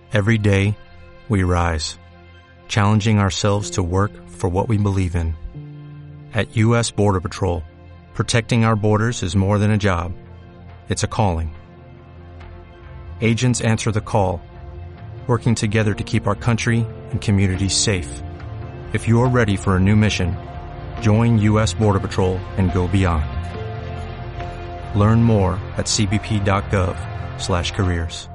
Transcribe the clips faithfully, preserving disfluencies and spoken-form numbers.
Every day, we rise, challenging ourselves to work for what we believe in. At U S Border Patrol, protecting our borders is more than a job. It's a calling. Agents answer the call, working together to keep our country and communities safe. If you are ready for a new mission, join U S Border Patrol and go beyond. Learn more at c b p dot gov slash careers.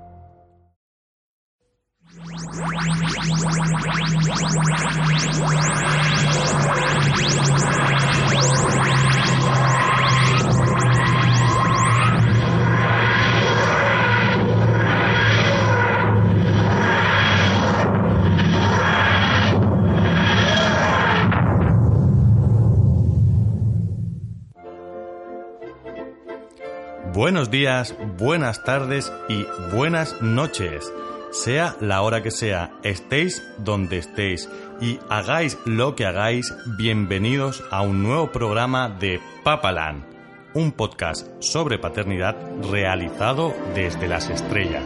Buenos días, buenas tardes y buenas noches. Sea la hora que sea, estéis donde estéis y hagáis lo que hagáis, bienvenidos a un nuevo programa de Papaland, un podcast sobre paternidad realizado desde las estrellas.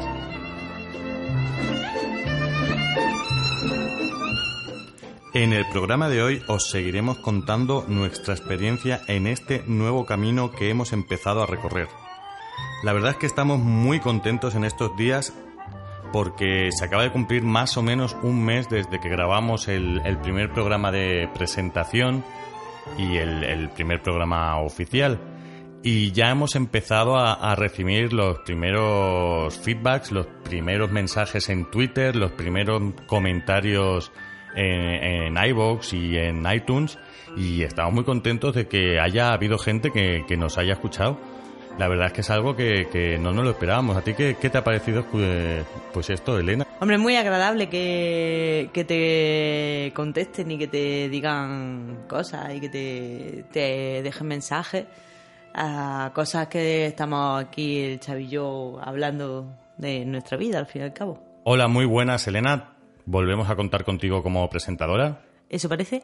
En el programa de hoy os seguiremos contando nuestra experiencia en este nuevo camino que hemos empezado a recorrer. La verdad es que estamos muy contentos en estos días porque se acaba de cumplir más o menos un mes desde que grabamos el, el primer programa de presentación y el, el primer programa oficial. Y ya hemos empezado a, a recibir los primeros feedbacks, los primeros mensajes en Twitter, los primeros comentarios en, en iVoox y en iTunes. Y estamos muy contentos de que haya habido gente que, que nos haya escuchado. La verdad es que es algo que, que no nos lo esperábamos. ¿A ti qué, qué te ha parecido pues esto, Elena? Hombre, muy agradable que, que te contesten y que te digan cosas y que te, te dejen mensajes a cosas que estamos aquí, el Xavi y yo, hablando de nuestra vida, al fin y al cabo. Hola, muy buenas, Elena. Volvemos a contar contigo como presentadora. ¿Eso parece?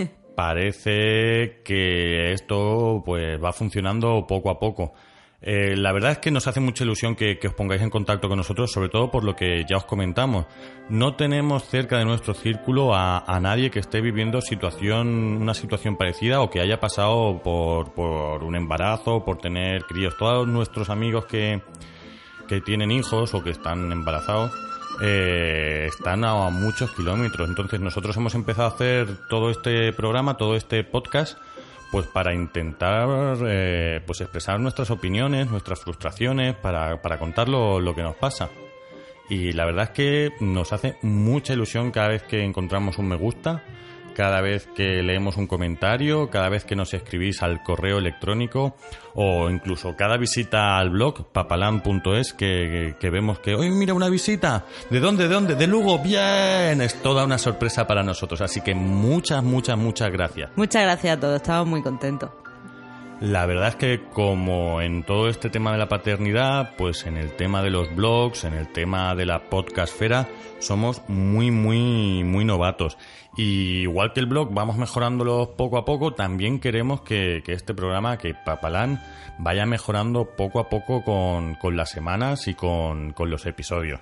Parece que esto pues va funcionando poco a poco. Eh, la verdad es que nos hace mucha ilusión que, que os pongáis en contacto con nosotros, sobre todo por lo que ya os comentamos. No tenemos cerca de nuestro círculo a, a nadie que esté viviendo situación, una situación parecida o que haya pasado por, por un embarazo, por tener críos. Todos nuestros amigos que, que tienen hijos o que están embarazados eh, están a muchos kilómetros. Entonces nosotros hemos empezado a hacer todo este programa, todo este podcast, pues para intentar eh, pues expresar nuestras opiniones, nuestras frustraciones, para, para contar lo, lo que nos pasa. Y la verdad es que nos hace mucha ilusión cada vez que encontramos un me gusta, cada vez que leemos un comentario, cada vez que nos escribís al correo electrónico o incluso cada visita al blog papaland punto es que, que, que vemos que ¡oye, mira una visita! ¿De dónde? ¿De dónde? ¡De Lugo! ¡Bien! Es toda una sorpresa para nosotros, así que muchas, muchas, muchas gracias. Muchas gracias a todos, estamos muy contentos. La verdad es que como en todo este tema de la paternidad, pues en el tema de los blogs, en el tema de la podcastfera, somos muy, muy, muy novatos. Y igual que el blog vamos mejorándolo poco a poco, también queremos que, que este programa, que Papaland, vaya mejorando poco a poco con, con las semanas y con, con los episodios.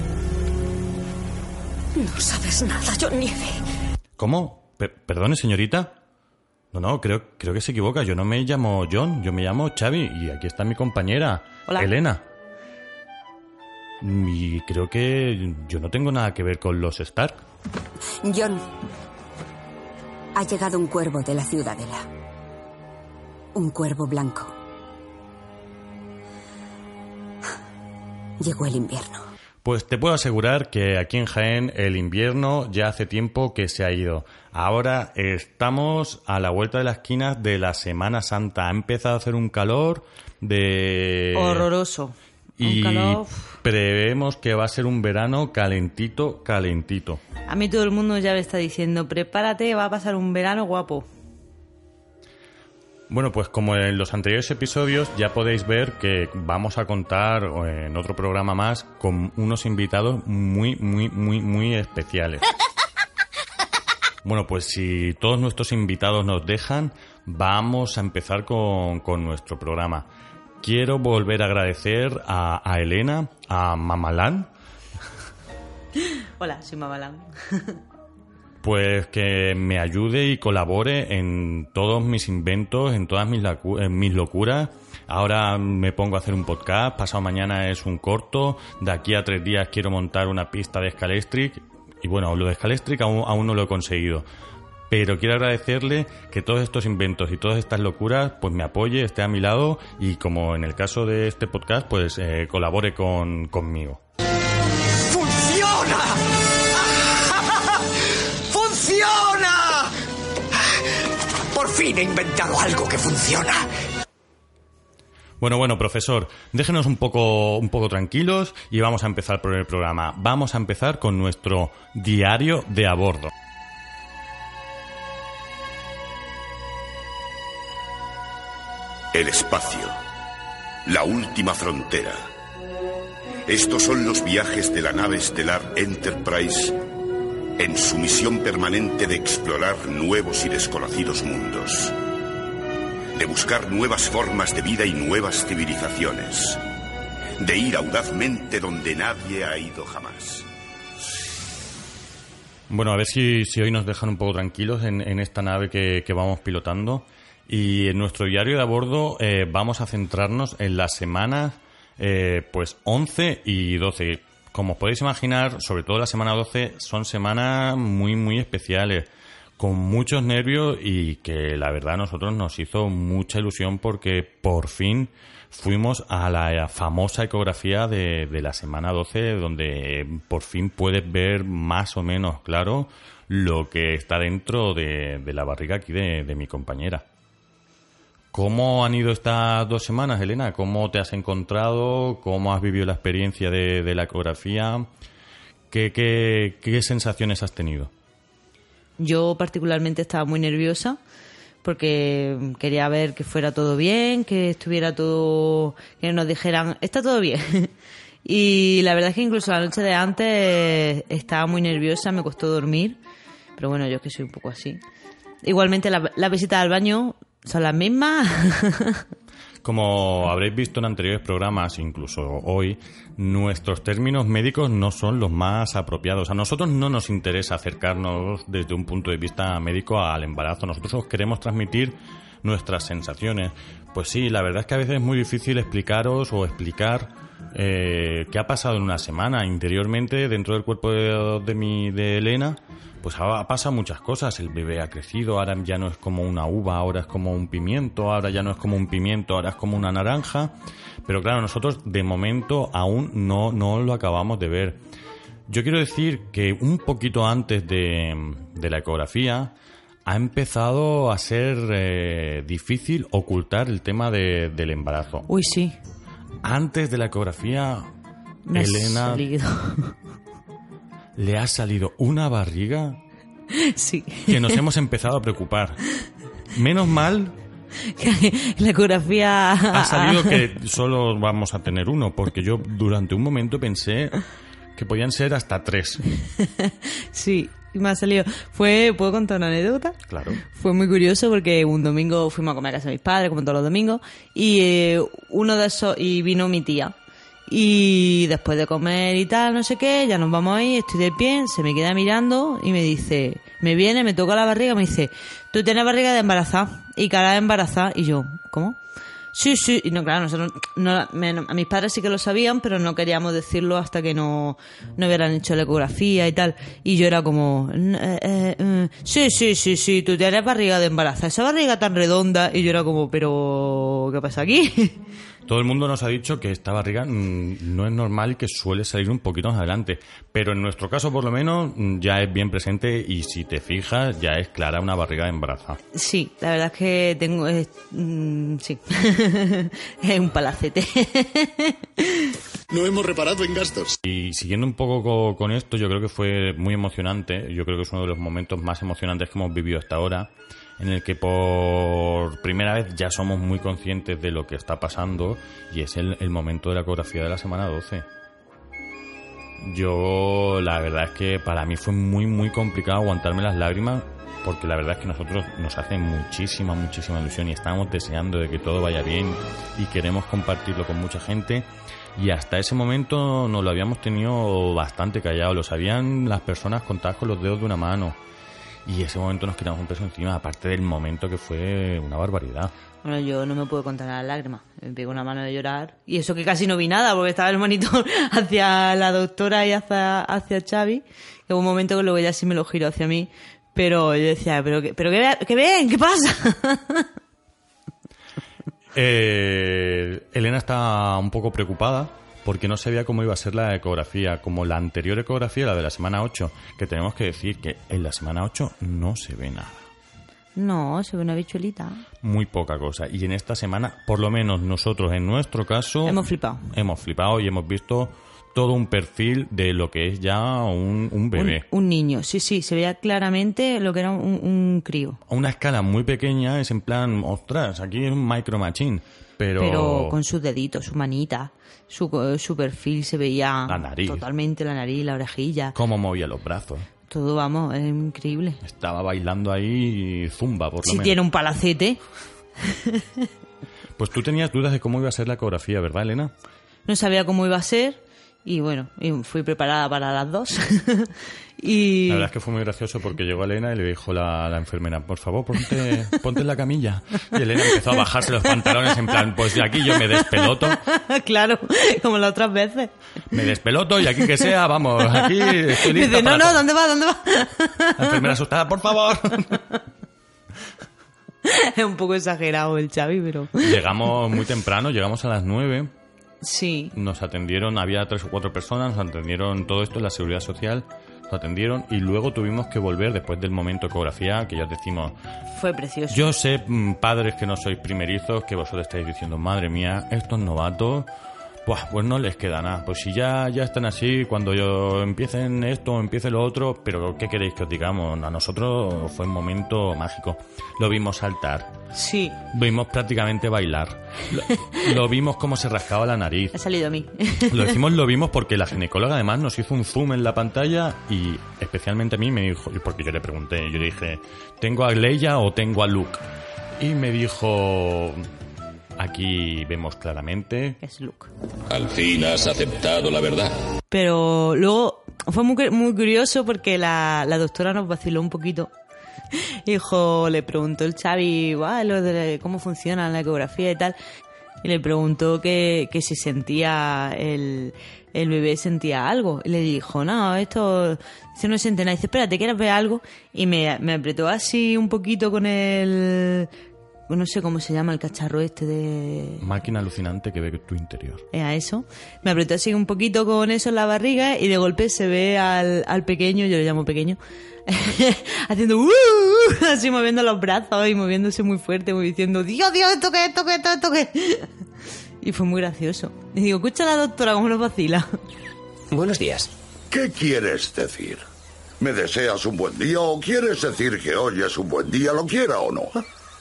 No sabes nada, John Nieve. ¿Cómo? P- ¿Perdone, señorita? No, no, creo, creo que se equivoca. Yo no me llamo John, yo me llamo Xavi y aquí está mi compañera, Hola. Elena. Y creo que yo no tengo nada que ver con los Stark. John, ha llegado un cuervo de la ciudadela. Un cuervo blanco. Llegó el invierno. Pues te puedo asegurar que aquí en Jaén el invierno ya hace tiempo que se ha ido. Ahora estamos a la vuelta de la esquina de la Semana Santa. Ha empezado a hacer un calor de... horroroso. Y un calor... prevemos que va a ser un verano calentito, calentito. A mí todo el mundo ya me está diciendo, prepárate, va a pasar un verano guapo. Bueno, pues como en los anteriores episodios ya podéis ver que vamos a contar en otro programa más con unos invitados muy, muy, muy, muy especiales. Bueno, pues si todos nuestros invitados nos dejan, vamos a empezar con, con nuestro programa. Quiero volver a agradecer a, a Elena, a Mamaland, Hola, soy Mabalán. Pues que me ayude y colabore en todos mis inventos, en todas mis, lacu- en mis locuras. Ahora me pongo a hacer un podcast, pasado mañana es un corto, de aquí a tres días quiero montar una pista de Scalestric. Y bueno, lo de Scalestric aún, aún no lo he conseguido. Pero quiero agradecerle que todos estos inventos y todas estas locuras pues me apoye, esté a mi lado y, como en el caso de este podcast, pues eh, colabore con, conmigo. ¡Funciona! ¡Funciona! Por fin he inventado algo que funciona. Bueno, bueno, profesor, déjenos un poco, un poco tranquilos y vamos a empezar por el programa. Vamos a empezar con nuestro diario de a bordo. El espacio, la última frontera. Estos son los viajes de la nave estelar Enterprise en su misión permanente de explorar nuevos y desconocidos mundos, de buscar nuevas formas de vida y nuevas civilizaciones, de ir audazmente donde nadie ha ido jamás. Bueno, a ver si, si hoy nos dejan un poco tranquilos en, en esta nave que, que vamos pilotando. Y en nuestro diario de a bordo eh, vamos a centrarnos en las semanas eh, pues once y doce. Como os podéis imaginar, sobre todo la semana doce son semanas muy, muy especiales, con muchos nervios y que la verdad a nosotros nos hizo mucha ilusión porque por fin fuimos a la famosa ecografía de, de la semana doce, donde por fin puedes ver más o menos claro lo que está dentro de, de la barriga aquí de, de mi compañera. ¿Cómo han ido estas dos semanas, Elena? ¿Cómo te has encontrado? ¿Cómo has vivido la experiencia de, de la ecografía? ¿Qué, qué, qué sensaciones has tenido? Yo particularmente estaba muy nerviosa porque quería ver que fuera todo bien, que estuviera todo, que nos dijeran, está todo bien. Y la verdad es que incluso la noche de antes estaba muy nerviosa, me costó dormir, pero bueno, yo es que soy un poco así. Igualmente la, la visita al baño son las mismas. Como habréis visto en anteriores programas, incluso hoy, nuestros términos médicos no son los más apropiados. A nosotros no nos interesa acercarnos desde un punto de vista médico al embarazo. Nosotros os queremos transmitir nuestras sensaciones. Pues sí, la verdad es que a veces es muy difícil explicaros o explicar eh, qué ha pasado en una semana. Interiormente, dentro del cuerpo de, de, mi, de Elena, pues ha pasado muchas cosas. El bebé ha crecido, ahora ya no es como una uva, ahora es como un pimiento, ahora ya no es como un pimiento, ahora es como una naranja. Pero claro, nosotros de momento aún no, no lo acabamos de ver. Yo quiero decir que un poquito antes de, de la ecografía ha empezado a ser eh, difícil ocultar el tema de, del embarazo. Uy, sí. Antes de la ecografía, Me Elena... ha salido. ¿Le ha salido una barriga? Sí. Que nos hemos empezado a preocupar. Menos mal... La ecografía... Ha salido que solo vamos a tener uno, porque yo durante un momento pensé que podían ser hasta tres. Sí, y me ha salido... Fue... ¿Puedo contar una anécdota? Claro. Fue muy curioso porque un domingo fuimos a comer a casa de mis padres, como todos los domingos, y eh, uno de esos... Y vino mi tía. Y después de comer y tal, no sé qué, ya nos vamos ahí, estoy de pie, se me queda mirando y me dice, me viene, me toca la barriga, me dice, tú tienes barriga de embarazada y cara de embarazada. Y yo, ¿cómo? Sí, sí. Y no, claro, nosotros, no, me, a mis padres sí que lo sabían, pero no queríamos decirlo hasta que no, no hubieran hecho la ecografía y tal. Y yo era como, eh, eh, eh, sí, sí, sí, sí, tú tienes barriga de embarazada, esa barriga tan redonda. Y yo era como, pero, ¿qué pasa aquí? Todo el mundo nos ha dicho que esta barriga mmm, no es normal y que suele salir un poquito más adelante. Pero en nuestro caso, por lo menos, ya es bien presente y si te fijas, ya es clara una barriga de embarazada. Sí, la verdad es que tengo... Eh, mmm, sí, es un palacete. No hemos reparado en gastos. Y siguiendo un poco co- con esto, yo creo que fue muy emocionante. Yo creo que es uno de los momentos más emocionantes que hemos vivido hasta ahora, en el que por primera vez ya somos muy conscientes de lo que está pasando, y es el, el momento de la ecografía de la semana doce. Yo, la verdad es que para mí fue muy, muy complicado aguantarme las lágrimas, porque la verdad es que nosotros nos hace muchísima, muchísima ilusión y estamos deseando de que todo vaya bien y queremos compartirlo con mucha gente. Y hasta ese momento nos lo habíamos tenido bastante callado, lo sabían las personas contadas con los dedos de una mano. Y ese momento nos quitamos un peso encima, aparte del momento que fue una barbaridad. Bueno, yo no me puedo contar las lágrimas. Me pegó una mano de llorar. Y eso que casi no vi nada, porque estaba el monitor hacia la doctora y hacia, hacia Xavi. Y hubo un momento que luego ella sí me lo giró hacia mí. Pero yo decía, ¿pero qué, pero qué, qué ven? ¿Qué pasa? eh, Elena está un poco preocupada porque no sabía cómo iba a ser la ecografía. Como la anterior ecografía, la de la semana ocho, que tenemos que decir que en la semana ocho no se ve nada. No, se ve una bichuelita. Muy poca cosa. Y en esta semana, por lo menos nosotros, en nuestro caso... Hemos flipado. Hemos flipado y hemos visto todo un perfil de lo que es ya un, un bebé. Un, un niño, sí, sí. Se veía claramente lo que era un, un crío. A una escala muy pequeña es en plan, ostras, aquí es un micro machine. Pero... Pero con sus deditos, su manita, su, su perfil se veía... La nariz. Totalmente la nariz, la orejilla. Cómo movía los brazos. Todo, vamos, es increíble. Estaba bailando ahí zumba, por lo si menos. Si tiene un palacete. Pues tú tenías dudas de cómo iba a ser la ecografía, ¿verdad, Elena? No sabía cómo iba a ser y bueno, y fui preparada para las dos. y... La verdad es que fue muy gracioso porque llegó Elena y le dijo la, la enfermera, por favor, ponte, ponte en la camilla. Y Elena empezó a bajarse los pantalones en plan, pues de aquí yo me despeloto. Claro, como las otras veces. Me despeloto y aquí que sea, vamos, aquí estoy lista. Dice, no, para no, ¿dónde va? ¿Dónde va? La enfermera asustada, por favor. Es un poco exagerado el Xavi, pero... Llegamos muy temprano, llegamos a las nueve. Sí. Nos atendieron, había tres o cuatro personas, nos atendieron todo esto en la Seguridad Social, nos atendieron y luego tuvimos que volver después del momento de ecografía, que ya decimos... Fue precioso. Yo sé, padres que no sois primerizos, que vosotros estáis diciendo, madre mía, estos novatos... Pues, pues no les queda nada. Pues si ya, ya están así, cuando yo empiecen esto, empiece lo otro, pero ¿qué queréis que os digamos? A nosotros fue un momento mágico. Lo vimos saltar. Sí. Vimos prácticamente bailar. Lo, lo vimos cómo se rascaba la nariz. Ha salido a mí. Lo decimos, lo vimos porque la ginecóloga además nos hizo un zoom en la pantalla y especialmente a mí me dijo, porque yo le pregunté, yo le dije, ¿tengo a Leia o tengo a Luke? Y me dijo... Aquí vemos claramente... Es Luke. Al fin has aceptado la verdad. Pero luego fue muy, muy curioso porque la, la doctora nos vaciló un poquito. Dijo, le preguntó el Xavi, wow, lo de cómo funciona la ecografía y tal. Y le preguntó que, que si sentía el, el bebé sentía algo. Y le dijo, no, esto si no siente nada. Y dice, espérate, ¿quieres ver algo? Y me, me apretó así un poquito con el... No sé cómo se llama el cacharro este de... Máquina alucinante que ve tu interior. A eso. Me apretó así un poquito con eso en la barriga y de golpe se ve al, al pequeño, yo le llamo pequeño, haciendo uh, uh, así moviendo los brazos y moviéndose muy fuerte, muy diciendo, Dios, Dios, esto qué, esto qué, esto, esto qué. Y fue muy gracioso. Y digo, escucha a la doctora cómo nos vacila. Buenos días. ¿Qué quieres decir? ¿Me deseas un buen día o quieres decir que hoy es un buen día, lo quiera o no?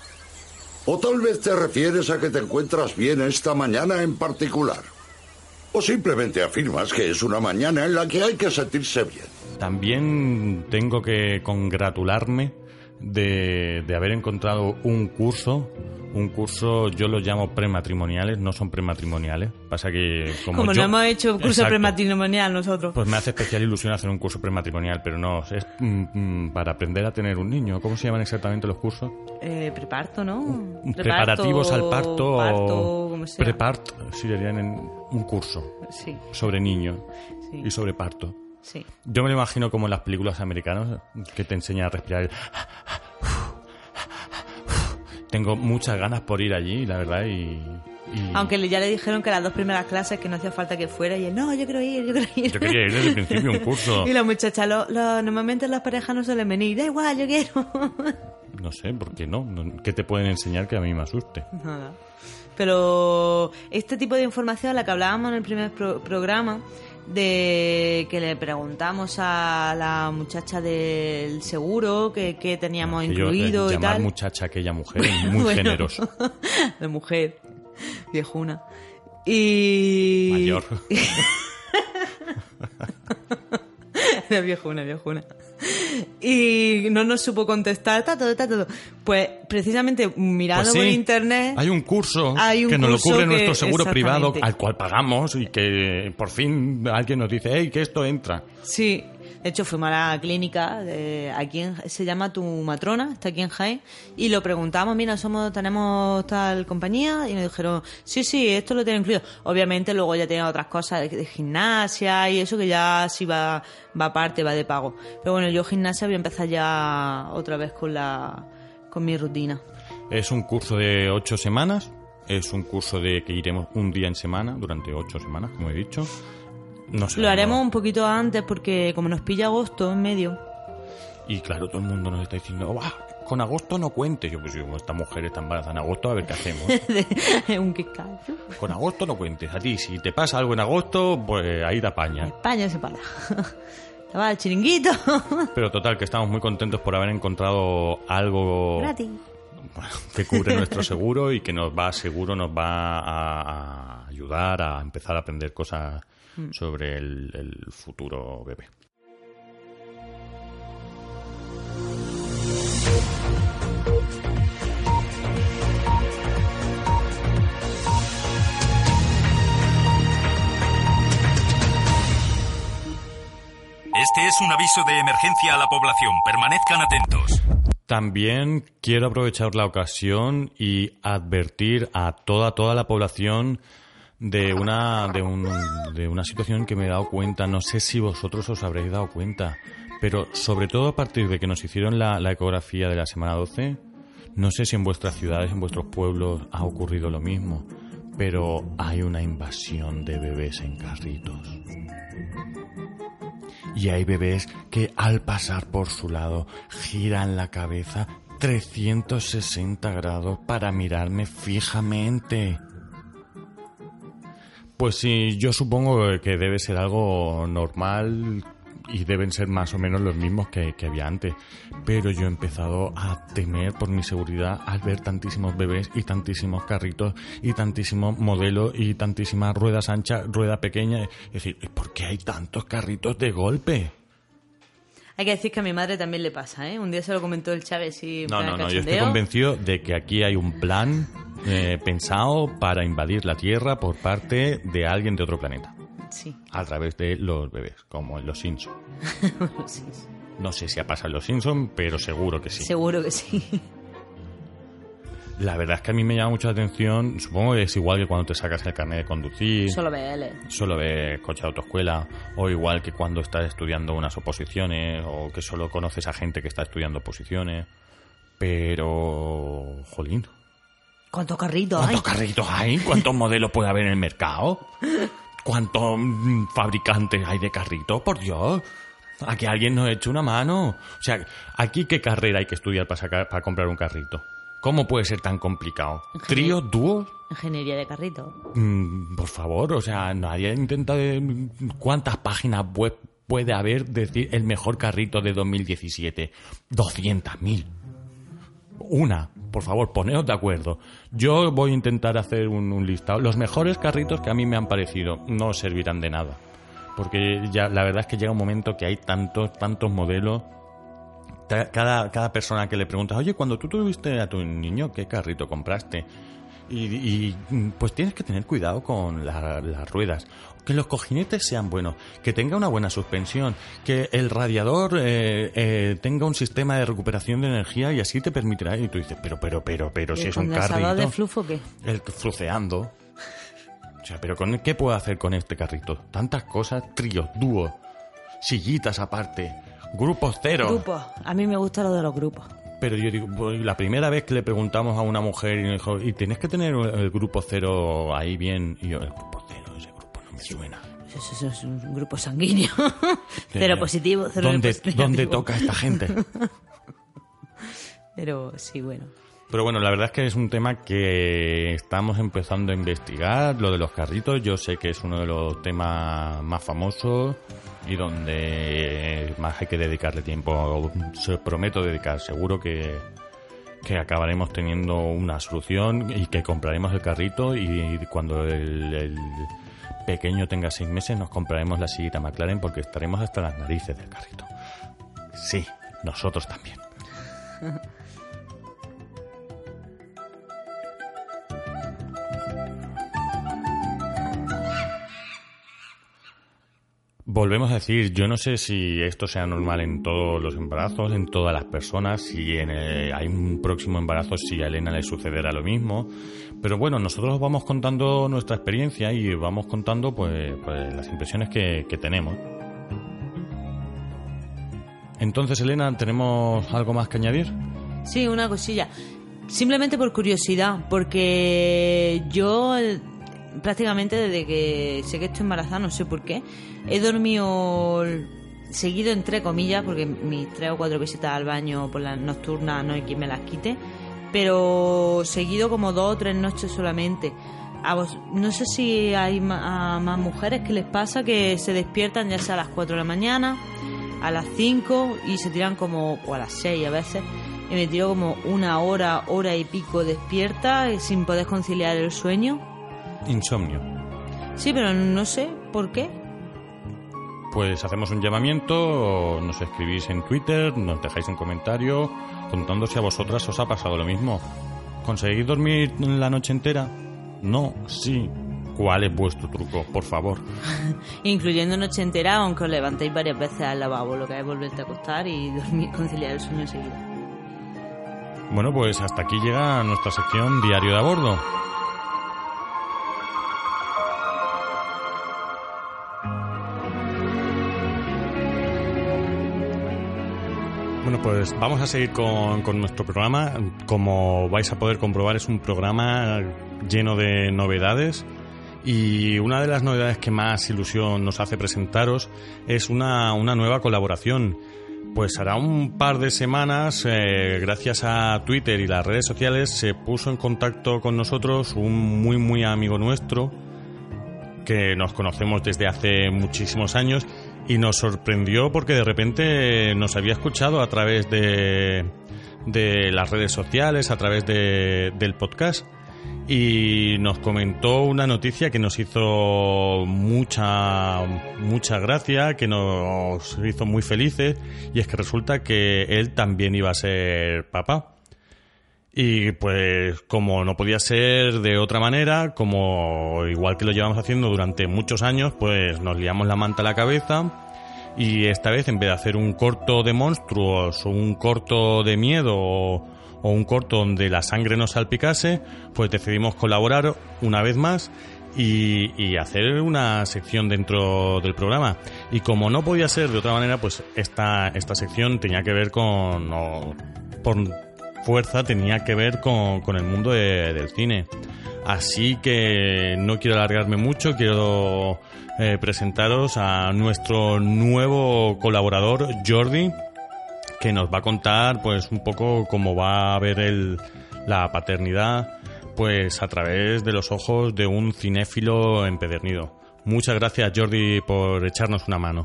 O tal vez te refieres a que te encuentras bien esta mañana en particular. O simplemente afirmas que es una mañana en la que hay que sentirse bien. También tengo que congratularme de, de haber encontrado un curso. Un curso, yo lo llamo prematrimoniales, no son prematrimoniales. Pasa que como, como yo, no hemos hecho curso exacto, prematrimonial nosotros. Pues me hace especial ilusión hacer un curso prematrimonial, pero no, es mm, mm, para aprender a tener un niño. ¿Cómo se llaman exactamente los cursos? Eh, preparto, ¿no? Preparativos preparto, al parto. parto, como sea. Prepart, sí, dirían en un curso. Sí. Sobre niños sí. y sobre parto. Sí. Yo me lo imagino como en las películas americanas que te enseñan a respirar el... Tengo muchas ganas por ir allí, la verdad, y... y... Aunque ya le dijeron que las dos primeras clases que no hacía falta que fuera y él, no, yo quiero ir, yo quiero ir. Yo quería ir desde el principio, un curso. Y la muchacha, lo, lo, normalmente las parejas no suelen venir, da igual, yo quiero. No sé, ¿por qué no? ¿Qué te pueden enseñar que a mí me asuste? Nada. Pero este tipo de información, la que hablábamos en el primer pro- programa, de que le preguntamos a la muchacha del seguro que, que teníamos que incluido yo, eh, y llamar tal. muchacha a aquella mujer es muy bueno, generoso. De mujer, viejuna. Y... Mayor. De viejuna, viejuna. y no nos supo contestar, está todo, está todo. Pues precisamente mirando Pues sí, por internet... hay un curso hay un que nos lo curso cubre que- nuestro seguro privado, exactamente. al cual pagamos, y que por fin alguien nos dice, hey, que esto entra. Sí, de hecho fuimos a la clínica, de, aquí en, se llama Tu Matrona, está aquí en Jaén, y lo preguntamos, mira, somos tenemos tal compañía, y nos dijeron, sí, sí, esto lo tiene incluido. Obviamente luego ya tenía otras cosas de, de gimnasia y eso que ya sí va, va aparte, va de pago. Pero bueno, yo gimnasia voy a empezar ya otra vez con la con mi rutina. Es un curso de ocho semanas, es un curso de que iremos un día en semana, durante ocho semanas, como he dicho. No sé, Lo haremos no- un poquito antes porque como nos pilla agosto en medio. Y claro, todo el mundo nos está diciendo, "Buah, con agosto no cuente". Yo, pues, como esta mujer está embarazada en agosto, a ver qué hacemos. un quiscazo. Con agosto no cuentes. A ti, si te pasa algo en agosto, pues ahí te apaña. España se para. Te va el chiringuito. Pero total, que estamos muy contentos por haber encontrado algo Gratis. que cubre nuestro seguro y que nos va, seguro nos va a, a ayudar a empezar a aprender cosas sobre el, el futuro bebé. Este es un aviso de emergencia a la población. Permanezcan atentos. También quiero aprovechar la ocasión y advertir a toda toda la población de una de, un, de una situación que me he dado cuenta. No sé si vosotros os habréis dado cuenta, pero sobre todo a partir de que nos hicieron la, la ecografía de la semana doce, no sé si en vuestras ciudades, en vuestros pueblos ha ocurrido lo mismo, pero hay una invasión de bebés en carritos. Y hay bebés que al pasar por su lado giran la cabeza trescientos sesenta grados para mirarme fijamente. Pues sí, yo supongo que debe ser algo normal y deben ser más o menos los mismos que, que había antes. Pero yo he empezado a temer por mi seguridad al ver tantísimos bebés y tantísimos carritos y tantísimos modelos y tantísimas ruedas anchas, rueda pequeña. Es decir, ¿por qué hay tantos carritos de golpe? Hay que decir que a mi madre también le pasa, ¿eh? Un día se lo comentó el Chávez y... No, no, no, yo estoy convencido de que aquí hay un plan eh, pensado para invadir la Tierra por parte de alguien de otro planeta. Sí. A través de los bebés, como en Los Simpsons. Sí, sí. No sé si ha pasado en Los Simpsons, pero seguro que sí. Seguro que sí. La verdad es que a mí me llama mucho la atención, supongo que es igual que cuando te sacas el carnet de conducir, Solo ve él. solo ves coche de autoescuela, o igual que cuando estás estudiando unas oposiciones, o que solo conoces a gente que está estudiando oposiciones. Pero... jolín. ¿Cuántos carritos ¿Cuántos hay? carritos hay? ¿Cuántos modelos puede haber en el mercado? ¿Cuántos mm, fabricantes hay de carritos? Por Dios. A que alguien nos eche una mano. O sea, ¿aquí qué carrera hay que estudiar para sacar, para comprar un carrito? ¿Cómo puede ser tan complicado? Ingenier- ¿Tríos, dúos? Ingeniería de carrito. Mm, por favor, o sea, nadie intenta... de- ¿Cuántas páginas web puede haber decir el mejor carrito de dos mil diecisiete? doscientas mil. Una, por favor, poneos de acuerdo. Yo voy a intentar hacer un, un listado. Los mejores carritos que a mí me han parecido no os servirán de nada. Porque ya la verdad es que llega un momento que hay tantos, tantos modelos. Ta- Cada, cada persona que le preguntas, oye, cuando tú tuviste a tu niño, ¿qué carrito compraste? Y, y, pues tienes que tener cuidado con la- las ruedas. Que los cojinetes sean buenos, que tenga una buena suspensión, que el radiador eh, eh, tenga un sistema de recuperación de energía y así te permitirá. Y tú dices, pero, pero, pero, pero, ¿Y si el es un condensador carrito. de flujo qué? El fruceando. O sea, pero ¿con qué puedo hacer con este carrito? Tantas cosas, tríos, dúos, sillitas aparte, grupos cero. Grupos. A mí me gusta lo de los grupos. Pero yo digo, pues, la primera vez que le preguntamos a una mujer y nos dijo, y tienes que tener el, el grupo cero ahí bien. Y yo, el grupo cero, ese grupo no me suena. Eso, eso es un grupo sanguíneo. Cero positivo, cero ¿Dónde, negativo. ¿Dónde toca esta gente? Pero sí, bueno. Pero bueno, la verdad es que es un tema que estamos empezando a investigar, lo de los carritos. Yo sé que es uno de los temas más famosos y donde más hay que dedicarle tiempo. Se prometo dedicar, seguro que, que acabaremos teniendo una solución y que compraremos el carrito y cuando el, el pequeño tenga seis meses nos compraremos la sillita McLaren porque estaremos hasta las narices del carrito. Sí, nosotros también. Volvemos a decir, yo no sé si esto sea normal en todos los embarazos, en todas las personas, si en el, hay un próximo embarazo, si a Elena le sucederá lo mismo. Pero bueno, nosotros vamos contando nuestra experiencia y vamos contando pues, pues las impresiones que, que tenemos. Entonces, Elena, ¿tenemos algo más que añadir? Sí, una cosilla. Simplemente por curiosidad, porque yo prácticamente desde que sé que estoy embarazada, no sé por qué, he dormido seguido, entre comillas, porque mis tres o cuatro visitas al baño por las nocturnas no hay quien me las quite, pero seguido como dos o tres noches solamente. A vos, no sé si hay ma- a más mujeres que les pasa que se despiertan ya sea a las cuatro de la mañana, a las cinco y se tiran como, o a las seis a veces, y me tiro como una hora, hora y pico despierta sin poder conciliar el sueño. Insomnio. Sí, pero no sé por qué. Pues hacemos un llamamiento, nos escribís en Twitter, nos dejáis un comentario contando si a vosotras os ha pasado lo mismo. ¿Conseguís dormir la noche entera? No, sí. ¿Cuál es vuestro truco, por favor? Incluyendo noche entera, aunque os levantéis varias veces al lavabo, lo que es volverte a acostar y dormir, conciliar el sueño enseguida. Bueno, pues hasta aquí llega nuestra sección Diario de a Bordo. Bueno, pues vamos a seguir con, con nuestro programa. Como vais a poder comprobar, es un programa lleno de novedades. Y una de las novedades que más ilusión nos hace presentaros es una, una nueva colaboración. Pues hará un par de semanas, eh, gracias a Twitter y las redes sociales, se puso en contacto con nosotros un muy muy amigo nuestro que nos conocemos desde hace muchísimos años y nos sorprendió porque de repente nos había escuchado a través de, de las redes sociales, a través de, del podcast. Y nos comentó una noticia que nos hizo mucha mucha gracia, que nos hizo muy felices, y es que resulta que él también iba a ser papá. Y pues como no podía ser de otra manera, como igual que lo llevamos haciendo durante muchos años, pues nos liamos la manta a la cabeza y esta vez, en vez de hacer un corto de monstruos o un corto de miedo o o un corto donde la sangre nos salpicase, pues decidimos colaborar una vez más y, y hacer una sección dentro del programa. Y como no podía ser de otra manera, pues esta, esta sección tenía que ver con, o, por fuerza, tenía que ver con, con el mundo de, del cine. Así que no quiero alargarme mucho, quiero eh, presentaros a nuestro nuevo colaborador, Jordi, que nos va a contar pues un poco cómo va a ver el, la paternidad pues a través de los ojos de un cinéfilo empedernido. Muchas gracias, Jordi, por echarnos una mano.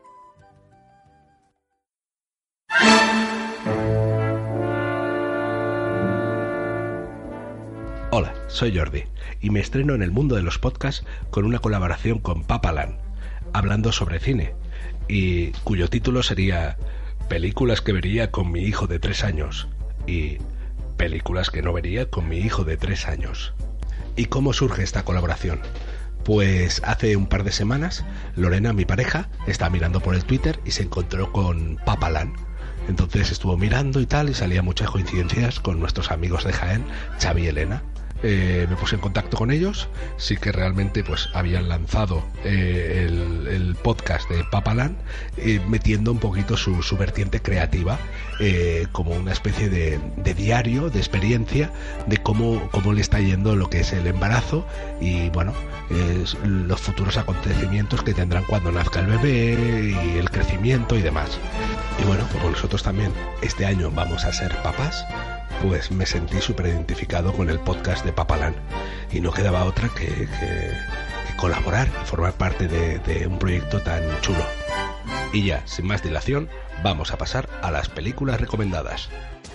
Hola, soy Jordi y me estreno en el mundo de los podcasts con una colaboración con Papaland, hablando sobre cine, y cuyo título sería Películas que vería con mi hijo de tres años y películas que no vería con mi hijo de tres años. ¿Y cómo surge esta colaboración? Pues hace un par de semanas Lorena, mi pareja, estaba mirando por el Twitter y se encontró con Papaland. Entonces estuvo mirando y tal y salía muchas coincidencias con nuestros amigos de Jaén, Xavi y Elena. Eh, me puse en contacto con ellos, sí que realmente pues habían lanzado eh, el, el podcast de Papaland, eh, metiendo un poquito su, su vertiente creativa, eh, como una especie de, de diario, de experiencia de cómo, cómo le está yendo lo que es el embarazo y bueno, eh, los futuros acontecimientos que tendrán cuando nazca el bebé y el crecimiento y demás. Y bueno, como nosotros también este año vamos a ser papás, pues me sentí súper identificado con el podcast de Papaland y no quedaba otra que, que, que colaborar y formar parte de, de un proyecto tan chulo. Y ya, sin más dilación, vamos a pasar a las películas recomendadas.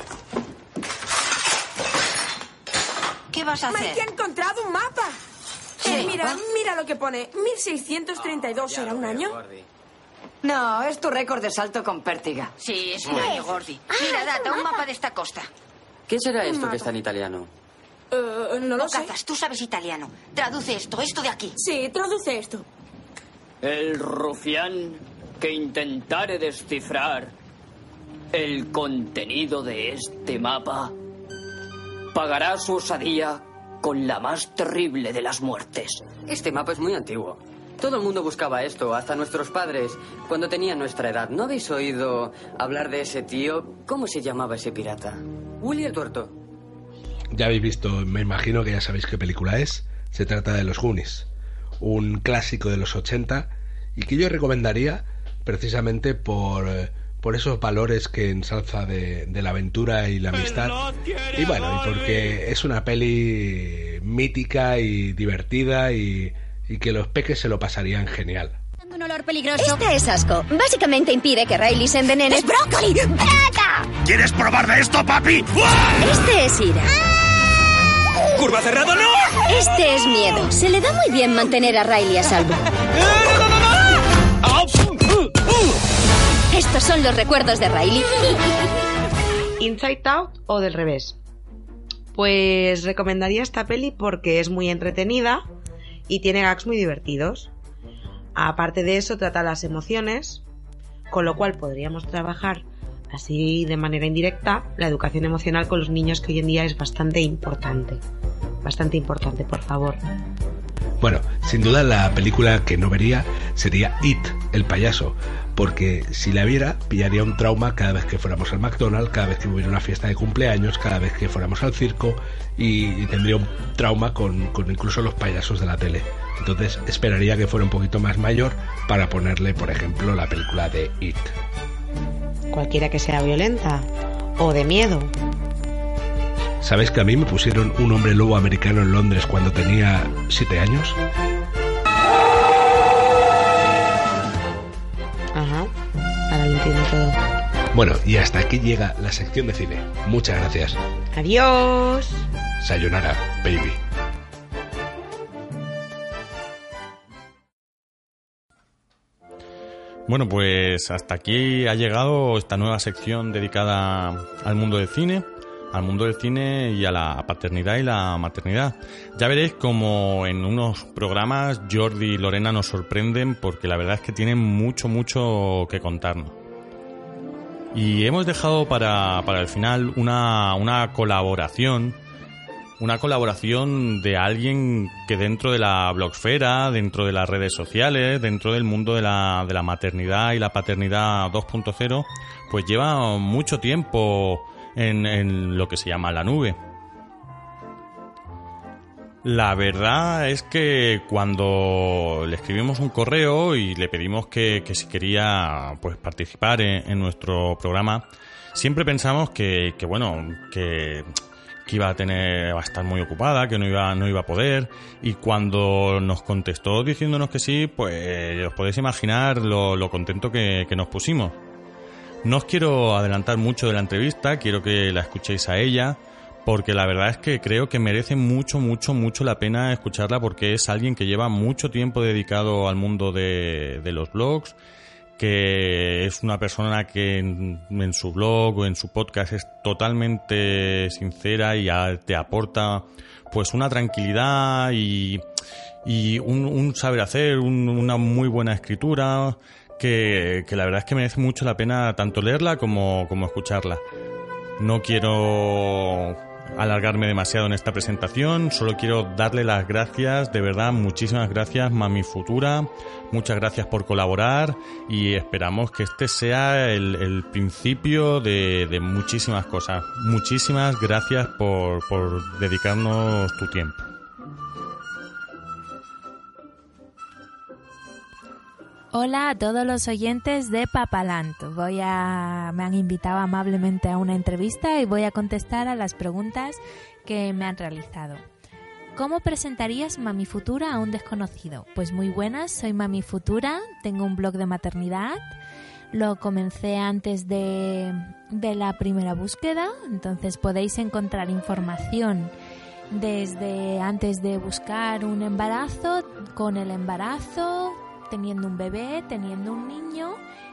¿Qué vas a hacer? Mike ha encontrado un mapa. Sí. Eh, mira, mira lo que pone. mil seiscientos treinta y dos oh, era un año. No, es tu récord de salto con pértiga. Sí, es un año, Gordi. Mira, data, un mapa de esta costa. ¿Qué será esto que está en italiano? Uh, no lo sé. Tú sabes italiano. Traduce esto, esto de aquí. Sí, traduce esto. El rufián que intentare descifrar el contenido de este mapa pagará su osadía con la más terrible de las muertes. Este mapa es muy antiguo. Todo el mundo buscaba esto, hasta nuestros padres, cuando tenían nuestra edad. ¿No habéis oído hablar de ese tío? ¿Cómo se llamaba ese pirata? Willy el Tuerto. Ya habéis visto, me imagino que ya sabéis qué película es. Se trata de Los Goonies, un clásico de los ochenta y que yo recomendaría precisamente por, por esos valores que ensalza de, de la aventura y la amistad. Y bueno, y porque es una peli mítica y divertida y... y que los peques se lo pasarían genial. Un olor peligroso. Este es asco. Básicamente impide que Riley se envenene. ¡Es brócoli! ¡Brata! ¿Quieres probar de esto, papi? Este es ira. ¡Curva cerrada, no! Este es miedo. Se le da muy bien mantener a Riley a salvo. Estos son los recuerdos de Riley. Inside Out o del revés. Pues recomendaría esta peli porque es muy entretenida y tiene gags muy divertidos. Aparte de eso, trata las emociones, con lo cual podríamos trabajar así de manera indirecta la educación emocional con los niños, que hoy en día es bastante importante. Bastante importante, por favor. Bueno, sin duda la película que no vería sería It, el payaso, porque si la viera pillaría un trauma cada vez que fuéramos al McDonald's, cada vez que hubiera una fiesta de cumpleaños, cada vez que fuéramos al circo, y, y tendría un trauma con, con incluso los payasos de la tele. Entonces esperaría que fuera un poquito más mayor para ponerle, por ejemplo, la película de It. Cualquiera que sea violenta o de miedo. ¿Sabéis que a mí me pusieron un hombre lobo americano en Londres cuando tenía siete años? Ajá, ahora lo entiendo todo. Bueno, y hasta aquí llega la sección de cine. Muchas gracias. Adiós. Sayonara, baby. Bueno, pues hasta aquí ha llegado esta nueva sección dedicada al mundo del cine. al mundo del cine y a la paternidad y la maternidad. Ya veréis como en unos programas Jordi y Lorena nos sorprenden, porque la verdad es que tienen mucho, mucho que contarnos. Y hemos dejado para, para el final una, una colaboración, una colaboración de alguien que dentro de la blogosfera, dentro de las redes sociales, dentro del mundo de la, de la maternidad y la paternidad dos punto cero, pues lleva mucho tiempo En, en lo que se llama la nube. La verdad es que cuando le escribimos un correo y le pedimos que, que si quería pues participar en, en nuestro programa, siempre pensamos que, que bueno, que, que iba a tener, va a estar muy ocupada, que no iba, no iba a poder, y cuando nos contestó diciéndonos que sí, pues os podéis imaginar lo, lo contento que, que nos pusimos. No os quiero adelantar mucho de la entrevista, quiero que la escuchéis a ella, porque la verdad es que creo que merece mucho, mucho, mucho la pena escucharla, porque es alguien que lleva mucho tiempo dedicado al mundo de, de los blogs, que es una persona que en, en su blog o en su podcast es totalmente sincera y a, te aporta pues una tranquilidad y, y un, un saber hacer, un, una muy buena escritura. Que, que la verdad es que merece mucho la pena tanto leerla como, como escucharla. No quiero alargarme demasiado en esta presentación, solo quiero darle las gracias, de verdad, muchísimas gracias, Mami Futura, muchas gracias por colaborar y esperamos que este sea el, el principio de, de muchísimas cosas. Muchísimas gracias por, por dedicarnos tu tiempo. Hola a todos los oyentes de Papaland. Voy a, me han invitado amablemente a una entrevista y voy a contestar a las preguntas que me han realizado. ¿Cómo presentarías Mami Futura a un desconocido? Pues muy buenas, soy Mami Futura, tengo un blog de maternidad, lo comencé antes de, de la primera búsqueda, entonces podéis encontrar información desde antes de buscar un embarazo, con el embarazo, teniendo un bebé, teniendo un niño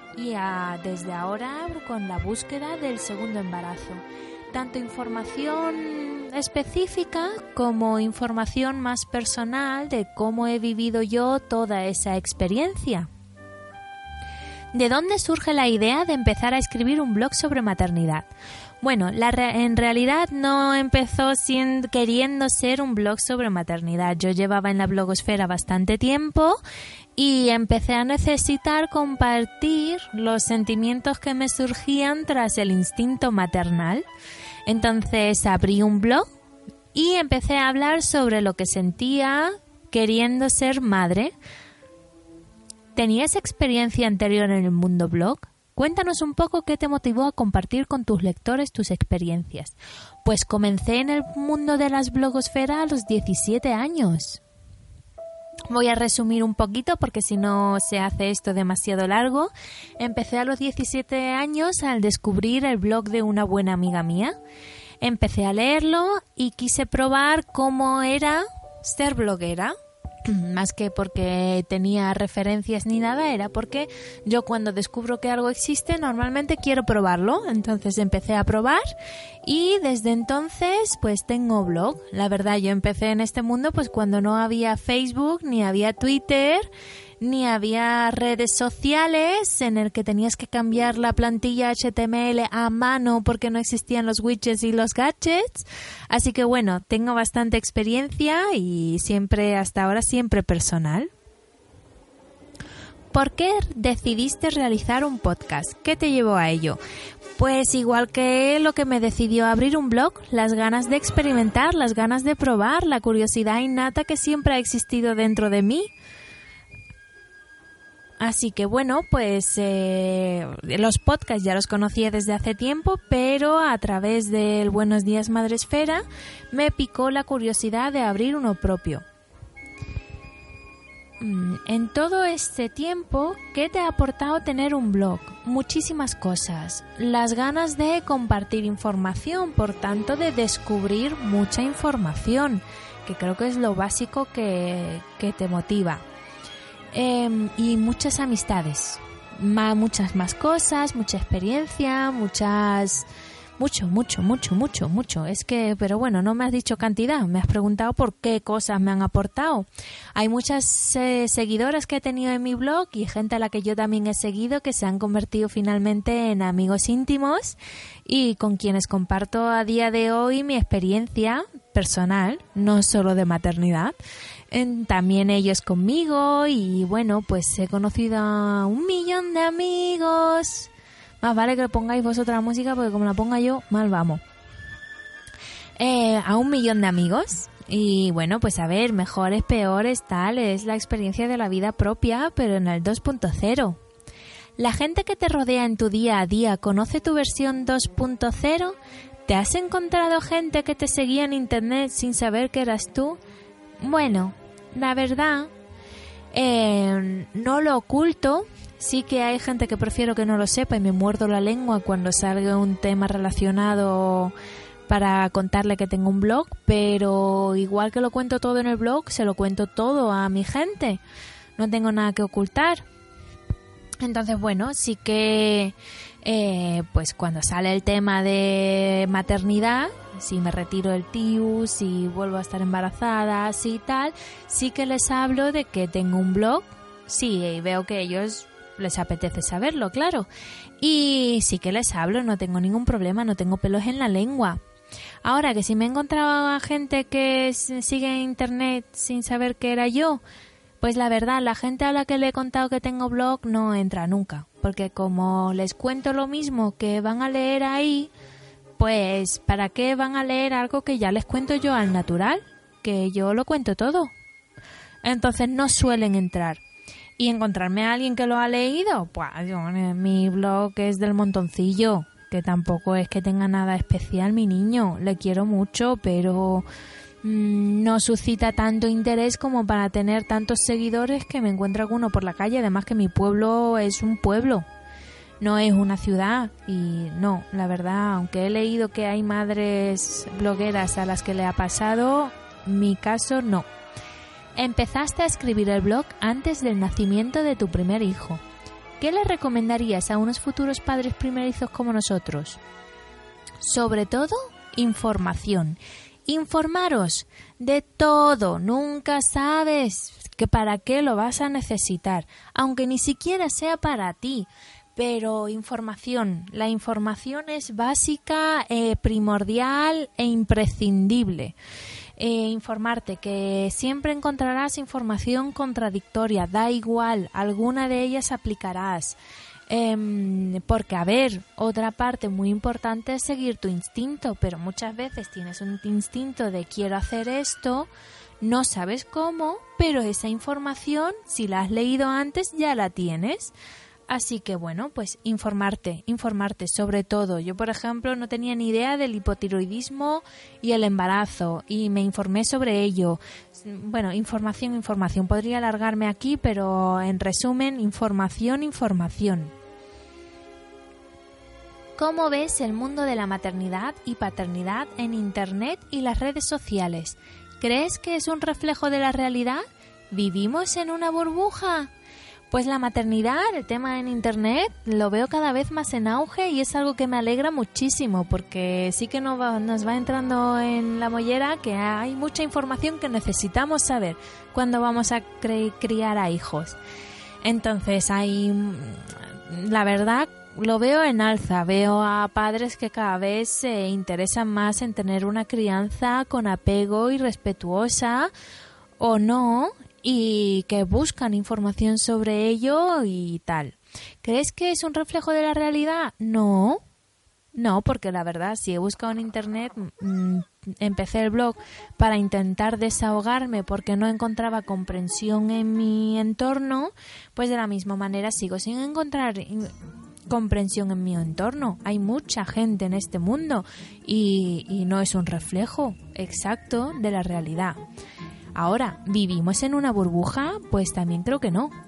y a, desde ahora con la búsqueda del segundo embarazo. Tanto información específica como información más personal de cómo he vivido yo toda esa experiencia. ¿De dónde surge la idea de empezar a escribir un blog sobre maternidad? Bueno, la re- en realidad no empezó siendo, queriendo ser un blog sobre maternidad. Yo llevaba en la blogosfera bastante tiempo y empecé a necesitar compartir los sentimientos que me surgían tras el instinto maternal. Entonces abrí un blog y empecé a hablar sobre lo que sentía queriendo ser madre. ¿Tenías experiencia anterior en el mundo blog? Cuéntanos un poco qué te motivó a compartir con tus lectores tus experiencias. Pues comencé en el mundo de las blogosfera a los diecisiete años. Voy a resumir un poquito porque si no se hace esto demasiado largo. Empecé a los diecisiete años al descubrir el blog de una buena amiga mía. Empecé a leerlo y quise probar cómo era ser bloguera. Más que porque tenía referencias ni nada, era porque yo cuando descubro que algo existe normalmente quiero probarlo. Entonces empecé a probar y desde entonces pues tengo blog. La verdad, yo empecé en este mundo pues cuando no había Facebook, ni había Twitter, ni había redes sociales en el que tenías que cambiar la plantilla H T M L a mano porque no existían los widgets y los gadgets. Así que bueno, tengo bastante experiencia y siempre, hasta ahora, siempre personal. ¿Por qué decidiste realizar un podcast? ¿Qué te llevó a ello? Pues igual que lo que me decidió a abrir un blog, las ganas de experimentar, las ganas de probar, la curiosidad innata que siempre ha existido dentro de mí. Así que bueno, pues eh, los podcasts ya los conocía desde hace tiempo, pero a través del Buenos Días Madresfera me picó la curiosidad de abrir uno propio. En todo este tiempo, ¿qué te ha aportado tener un blog? Muchísimas cosas. Las ganas de compartir información, por tanto de descubrir mucha información, que creo que es lo básico que, que te motiva. Eh, y muchas amistades, Ma, muchas más cosas, mucha experiencia, muchas, mucho, mucho, mucho, mucho, mucho. Es que, pero bueno, no me has dicho cantidad, me has preguntado por qué cosas me han aportado. Hay muchas eh, seguidoras que he tenido en mi blog y gente a la que yo también he seguido que se han convertido finalmente en amigos íntimos y con quienes comparto a día de hoy mi experiencia personal, no solo de maternidad. También ellos conmigo y bueno, pues he conocido a un millón de amigos. Más vale que le pongáis vosotras música porque como la ponga yo, mal vamos. Eh, a un millón de amigos y bueno, pues a ver, mejores, peores, tal, es la experiencia de la vida propia, pero en el dos punto cero. ¿La gente que te rodea en tu día a día conoce tu versión dos punto cero? ¿Te has encontrado gente que te seguía en internet sin saber que eras tú? Bueno, la verdad, eh, no lo oculto. Sí que hay gente que prefiero que no lo sepa y me muerdo la lengua cuando salga un tema relacionado para contarle que tengo un blog, pero igual que lo cuento todo en el blog, se lo cuento todo a mi gente. No tengo nada que ocultar. Entonces, bueno, sí que eh, pues cuando sale el tema de maternidad, si me retiro del T I U, si vuelvo a estar embarazada, así y tal, sí que les hablo de que tengo un blog. Sí, y veo que a ellos les apetece saberlo, claro. Y sí que les hablo, no tengo ningún problema, no tengo pelos en la lengua. Ahora, que si me he encontrado a gente que sigue en internet sin saber que era yo, pues la verdad, la gente a la que le he contado que tengo blog no entra nunca. Porque como les cuento lo mismo que van a leer ahí, pues ¿para qué van a leer algo que ya les cuento yo al natural? Que yo lo cuento todo. Entonces no suelen entrar. Y encontrarme a alguien que lo ha leído, pues yo, mi blog es del montoncillo, que tampoco es que tenga nada especial mi niño. Le quiero mucho, pero mmm, no suscita tanto interés como para tener tantos seguidores que me encuentre alguno por la calle. Además que mi pueblo es un pueblo, no es una ciudad. Y no, la verdad, aunque he leído que hay madres blogueras a las que le ha pasado, mi caso no. Empezaste a escribir el blog antes del nacimiento de tu primer hijo. ¿qué le recomendarías a unos futuros padres primerizos como nosotros? Sobre todo, información. Informaros de todo, nunca sabes que para qué lo vas a necesitar, aunque ni siquiera sea para ti, pero información, la información es básica, eh, primordial e imprescindible. Eh, informarte, que siempre encontrarás información contradictoria, da igual, alguna de ellas aplicarás. Eh, porque, a ver, otra parte muy importante es seguir tu instinto, pero muchas veces tienes un instinto de quiero hacer esto, no sabes cómo, pero esa información, si la has leído antes, ya la tienes. Así que, bueno, pues informarte, informarte sobre todo. Yo, por ejemplo, no tenía ni idea del hipotiroidismo y el embarazo y me informé sobre ello. Bueno, información, información. Podría alargarme aquí, pero en resumen, información, información. ¿Cómo ves el mundo de la maternidad y paternidad en Internet y las redes sociales? ¿Crees que es un reflejo de la realidad? ¿Vivimos en una burbuja? Pues la maternidad, el tema en Internet, lo veo cada vez más en auge y es algo que me alegra muchísimo porque sí que nos va, nos va entrando en la mollera que hay mucha información que necesitamos saber cuando vamos a cri- criar a hijos. Entonces, hay, la verdad, lo veo en alza. Veo a padres que cada vez se interesan más en tener una crianza con apego y respetuosa o no, y que buscan información sobre ello y tal. ¿Crees que es un reflejo de la realidad? No, no, porque la verdad, si he buscado en Internet, mmm, empecé el blog para intentar desahogarme porque no encontraba comprensión en mi entorno, pues de la misma manera sigo sin encontrar comprensión en mi entorno. Hay mucha gente en este mundo y, y no es un reflejo exacto de la realidad. Ahora, ¿vivimos en una burbuja? Pues también creo que no.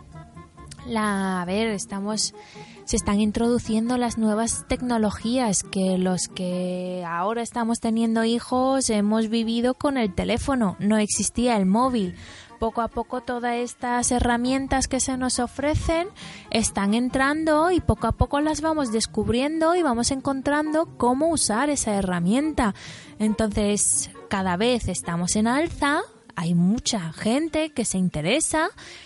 La, a ver, estamos, se están introduciendo las nuevas tecnologías que los que ahora estamos teniendo hijos hemos vivido con el teléfono. No existía el móvil. Poco a poco todas estas herramientas que se nos ofrecen están entrando y poco a poco las vamos descubriendo y vamos encontrando cómo usar esa herramienta. Entonces, cada vez estamos en alza, hay mucha gente que se interesa,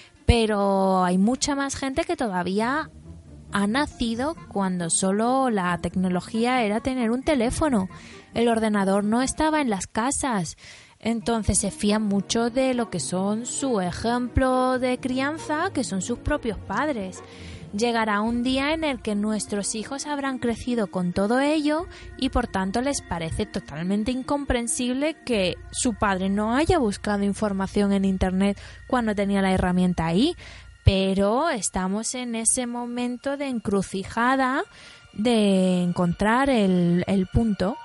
pero hay mucha más gente que todavía ha nacido cuando solo la tecnología era tener un teléfono. El ordenador no estaba en las casas. Entonces se fían mucho de lo que son su ejemplo de crianza, que son sus propios padres. Llegará un día en el que nuestros hijos habrán crecido con todo ello y por tanto les parece totalmente incomprensible que su padre no haya buscado información en Internet cuando tenía la herramienta ahí. Pero estamos en ese momento de encrucijada de encontrar el, el punto.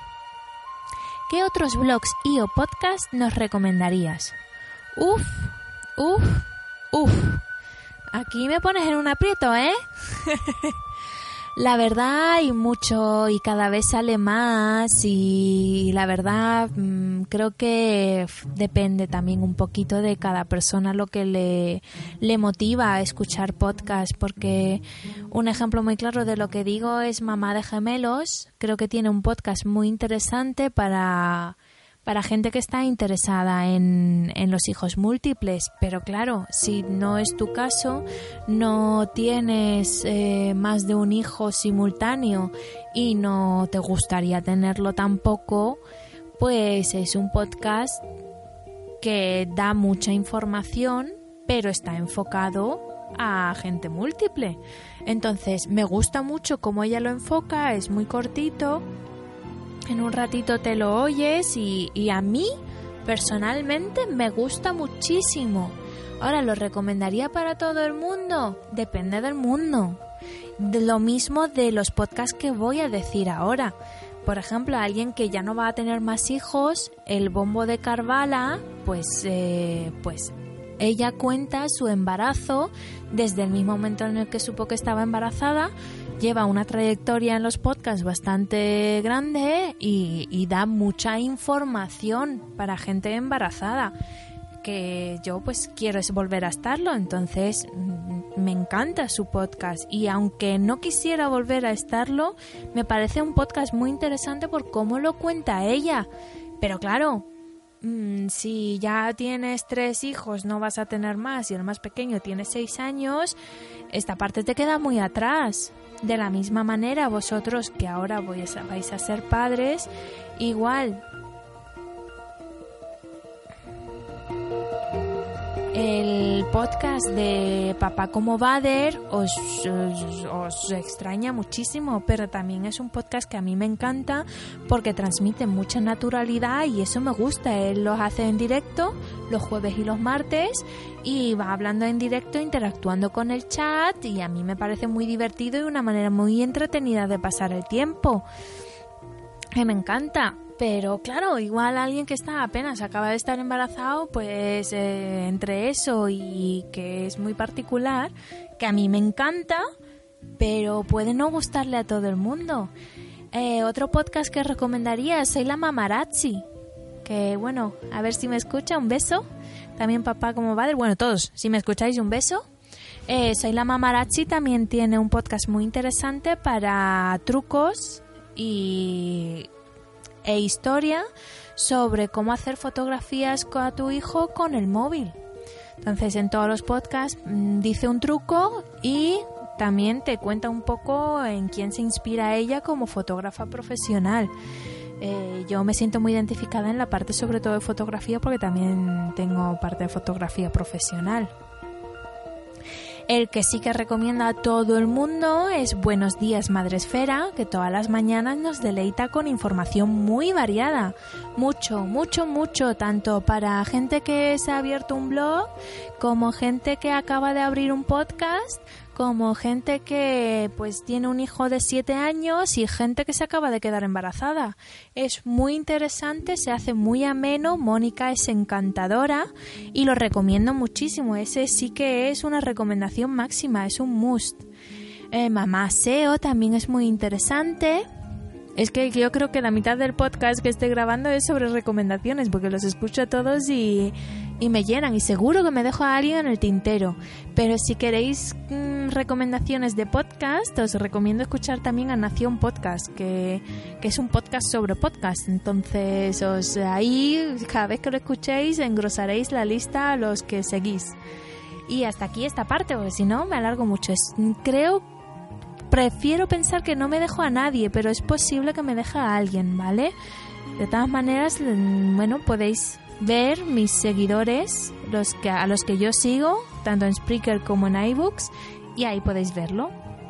¿Qué otros blogs y o podcasts nos recomendarías? Uf, uf, uf. Aquí me pones en un aprieto, ¿eh? La verdad hay mucho y cada vez sale más y la verdad mmm, creo que depende también un poquito de cada persona lo que le, le motiva a escuchar podcast, porque un ejemplo muy claro de lo que digo es Mamá de Gemelos. Creo que tiene un podcast muy interesante para... para gente que está interesada en, en los hijos múltiples, pero claro, si no es tu caso, no tienes eh, más de un hijo simultáneo y no te gustaría tenerlo tampoco, pues es un podcast que da mucha información, pero está enfocado a gente múltiple. Entonces, me gusta mucho cómo ella lo enfoca, es muy cortito. En un ratito te lo oyes y, y a mí personalmente me gusta muchísimo. Ahora, ¿lo recomendaría para todo el mundo? Depende del mundo. De lo mismo de los podcasts que voy a decir ahora. Por ejemplo, alguien que ya no va a tener más hijos, el Bombo de Carvala, pues, eh, pues ella cuenta su embarazo desde el mismo momento en el que supo que estaba embarazada. Lleva una trayectoria en los podcasts bastante grande y, y da mucha información para gente embarazada, que yo pues quiero es volver a estarlo. Entonces me encanta su podcast y aunque no quisiera volver a estarlo, me parece un podcast muy interesante por cómo lo cuenta ella. Pero claro, mmm, si ya tienes tres hijos no vas a tener más y el más pequeño tiene seis años, esta parte te queda muy atrás. De la misma manera, vosotros que ahora vais a, vais a ser padres, igual el podcast de Papá como Vader os, os, os extraña muchísimo, pero también es un podcast que a mí me encanta porque transmite mucha naturalidad y eso me gusta. Él los hace en directo los jueves y los martes y va hablando en directo, interactuando con el chat, y a mí me parece muy divertido y una manera muy entretenida de pasar el tiempo. Que me encanta. Pero claro, igual alguien que está apenas acaba de estar embarazado, pues eh, entre eso y que es muy particular, que a mí me encanta, pero puede no gustarle a todo el mundo. Eh, otro podcast que recomendaría, Soy la Mamarazzi, que bueno, a ver si me escucha, un beso. También Papá como Vader, bueno, todos, si me escucháis, un beso. Eh, Soy la Mamarazzi también tiene un podcast muy interesante para trucos y... e historia sobre cómo hacer fotografías a tu hijo con el móvil. Entonces, en todos los podcasts mmm, dice un truco y también te cuenta un poco en quién se inspira ella como fotógrafa profesional. Eh, yo me siento muy identificada en la parte sobre todo de fotografía porque también tengo parte de fotografía profesional. El que sí que recomienda a todo el mundo es Buenos Días Madresfera, que todas las mañanas nos deleita con información muy variada. Mucho, mucho, mucho, tanto para gente que se ha abierto un blog, como gente que acaba de abrir un podcast, como gente que pues tiene un hijo de siete años y gente que se acaba de quedar embarazada. Es muy interesante, se hace muy ameno, Mónica es encantadora y lo recomiendo muchísimo. Ese sí que es una recomendación máxima, es un must. Eh, Mamá S E O también es muy interesante. Es que yo creo que la mitad del podcast que estoy grabando es sobre recomendaciones, porque los escucho a todos y, y me llenan, y seguro que me dejo a alguien en el tintero. Pero si queréis mmm, recomendaciones de podcast, os recomiendo escuchar también a Nación Podcast, que, que es un podcast sobre podcast. Entonces, os ahí, cada vez que lo escuchéis, engrosaréis la lista a los que seguís. Y hasta aquí esta parte, porque si no me alargo mucho. Es, creo que Prefiero pensar que no me dejo a nadie, pero es posible que me deje a alguien, ¿vale? De todas maneras, bueno, podéis ver mis seguidores, los que, a los que yo sigo, tanto en Spreaker como en iBooks, y ahí podéis verlo.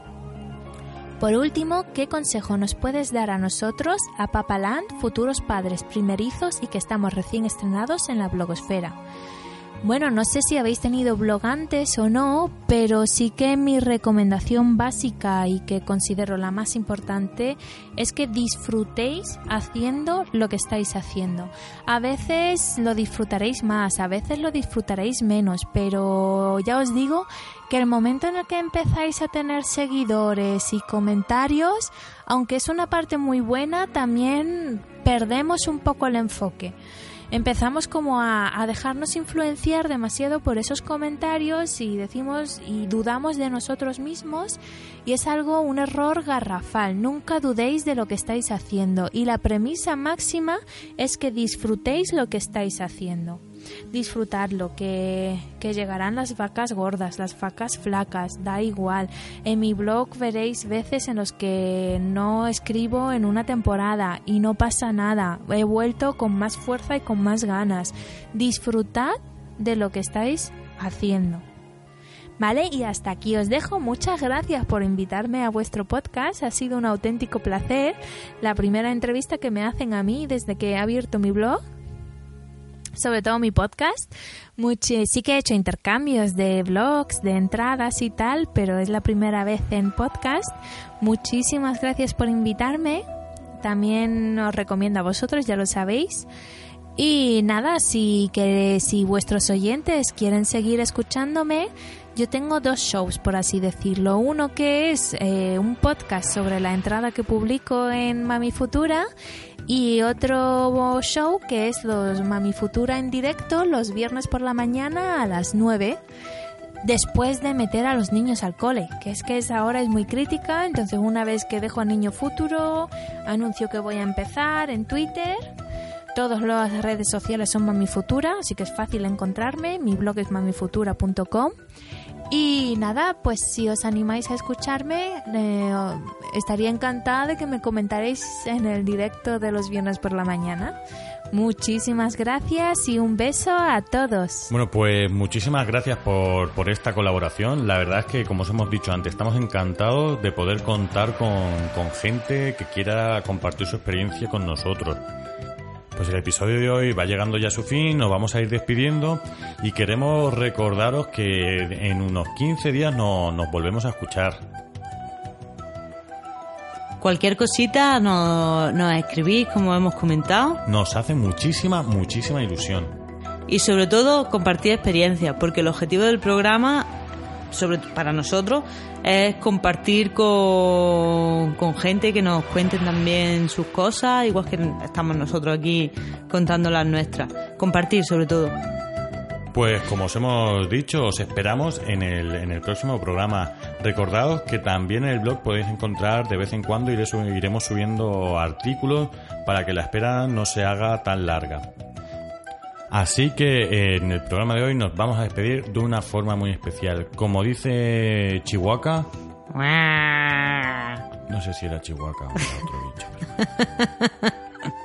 Por último, ¿qué consejo nos puedes dar a nosotros, a Papaland, futuros padres primerizos y que estamos recién estrenados en la blogosfera? Bueno, no sé si habéis tenido blog antes o no, pero sí que mi recomendación básica y que considero la más importante es que disfrutéis haciendo lo que estáis haciendo. A veces lo disfrutaréis más, a veces lo disfrutaréis menos, pero ya os digo que el momento en el que empezáis a tener seguidores y comentarios, aunque es una parte muy buena, también perdemos un poco el enfoque. Empezamos como a, a dejarnos influenciar demasiado por esos comentarios y decimos y dudamos de nosotros mismos, y es algo, un error garrafal. Nunca dudéis de lo que estáis haciendo, y la premisa máxima es que disfrutéis lo que estáis haciendo. Disfrutadlo, que, que llegarán las vacas gordas, las vacas flacas, da igual. En mi blog veréis veces en los que no escribo en una temporada y no pasa nada. He vuelto con más fuerza y con más ganas. Disfrutad de lo que estáis haciendo. Vale, y hasta aquí os dejo. Muchas gracias por invitarme a vuestro podcast. Ha sido un auténtico placer. La primera entrevista que me hacen a mí desde que he abierto mi blog, sobre todo mi podcast. Mucho, sí que he hecho intercambios de blogs, de entradas y tal, pero es la primera vez en podcast. Muchísimas gracias por invitarme. También os recomiendo a vosotros, ya lo sabéis. Y nada, si, que, si vuestros oyentes quieren seguir escuchándome, yo tengo dos shows, por así decirlo. Uno que es eh, un podcast sobre la entrada que publico en Mami Futura, y otro show que es los Mami Futura en directo los viernes por la mañana a las nueve. después de meter a los niños al cole, que es que esa hora es muy crítica. Entonces, una vez que dejo a Niño Futuro, anuncio que voy a empezar en Twitter. Todas las redes sociales son Mami Futura, así que es fácil encontrarme. Mi blog es mami futura punto com. Y nada, pues si os animáis a escucharme, eh, estaría encantada de que me comentaréis en el directo de los viernes por la mañana. Muchísimas gracias y un beso a todos. Bueno, pues muchísimas gracias por, por esta colaboración. La verdad es que, como os hemos dicho antes, estamos encantados de poder contar con, con gente que quiera compartir su experiencia con nosotros. Pues el episodio de hoy va llegando ya a su fin, nos vamos a ir despidiendo y queremos recordaros que en unos quince días no, nos volvemos a escuchar. Cualquier cosita nos, nos escribís, como hemos comentado. Nos hace muchísima, muchísima ilusión. Y sobre todo compartir experiencias, porque el objetivo del programa, sobre para nosotros, es compartir con, con gente que nos cuenten también sus cosas, igual que estamos nosotros aquí contando las nuestras. Compartir sobre todo. Pues como os hemos dicho, os esperamos en el, en el próximo programa. Recordaos que también en el blog podéis encontrar de vez en cuando, iré sub- iremos subiendo artículos para que la espera no se haga tan larga. Así que eh, en el programa de hoy nos vamos a despedir de una forma muy especial. Como dice Chihuahua... No sé si era Chihuahua o era otro bicho. Pero...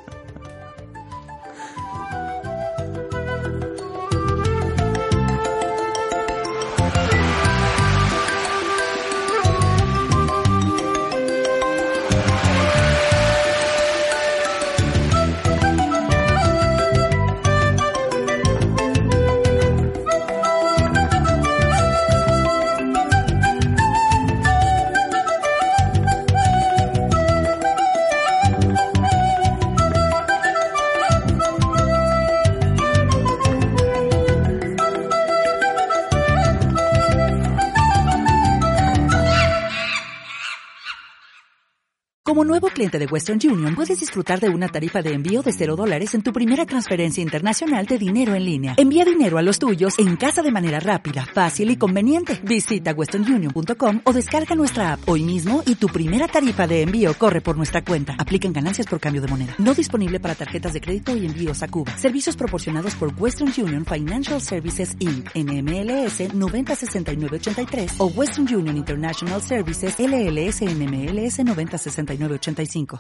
Como nuevo cliente de Western Union, puedes disfrutar de una tarifa de envío de cero dólares en tu primera transferencia internacional de dinero en línea. Envía dinero a los tuyos en casa de manera rápida, fácil y conveniente. Visita western union punto com o descarga nuestra app hoy mismo y tu primera tarifa de envío corre por nuestra cuenta. Aplican ganancias por cambio de moneda. No disponible para tarjetas de crédito y envíos a Cuba. Servicios proporcionados por Western Union Financial Services incorporated. N M L S noventa sesenta y nueve ochenta y tres o Western Union International Services L L S N M L S noventa sesenta y nueve ochenta y cinco.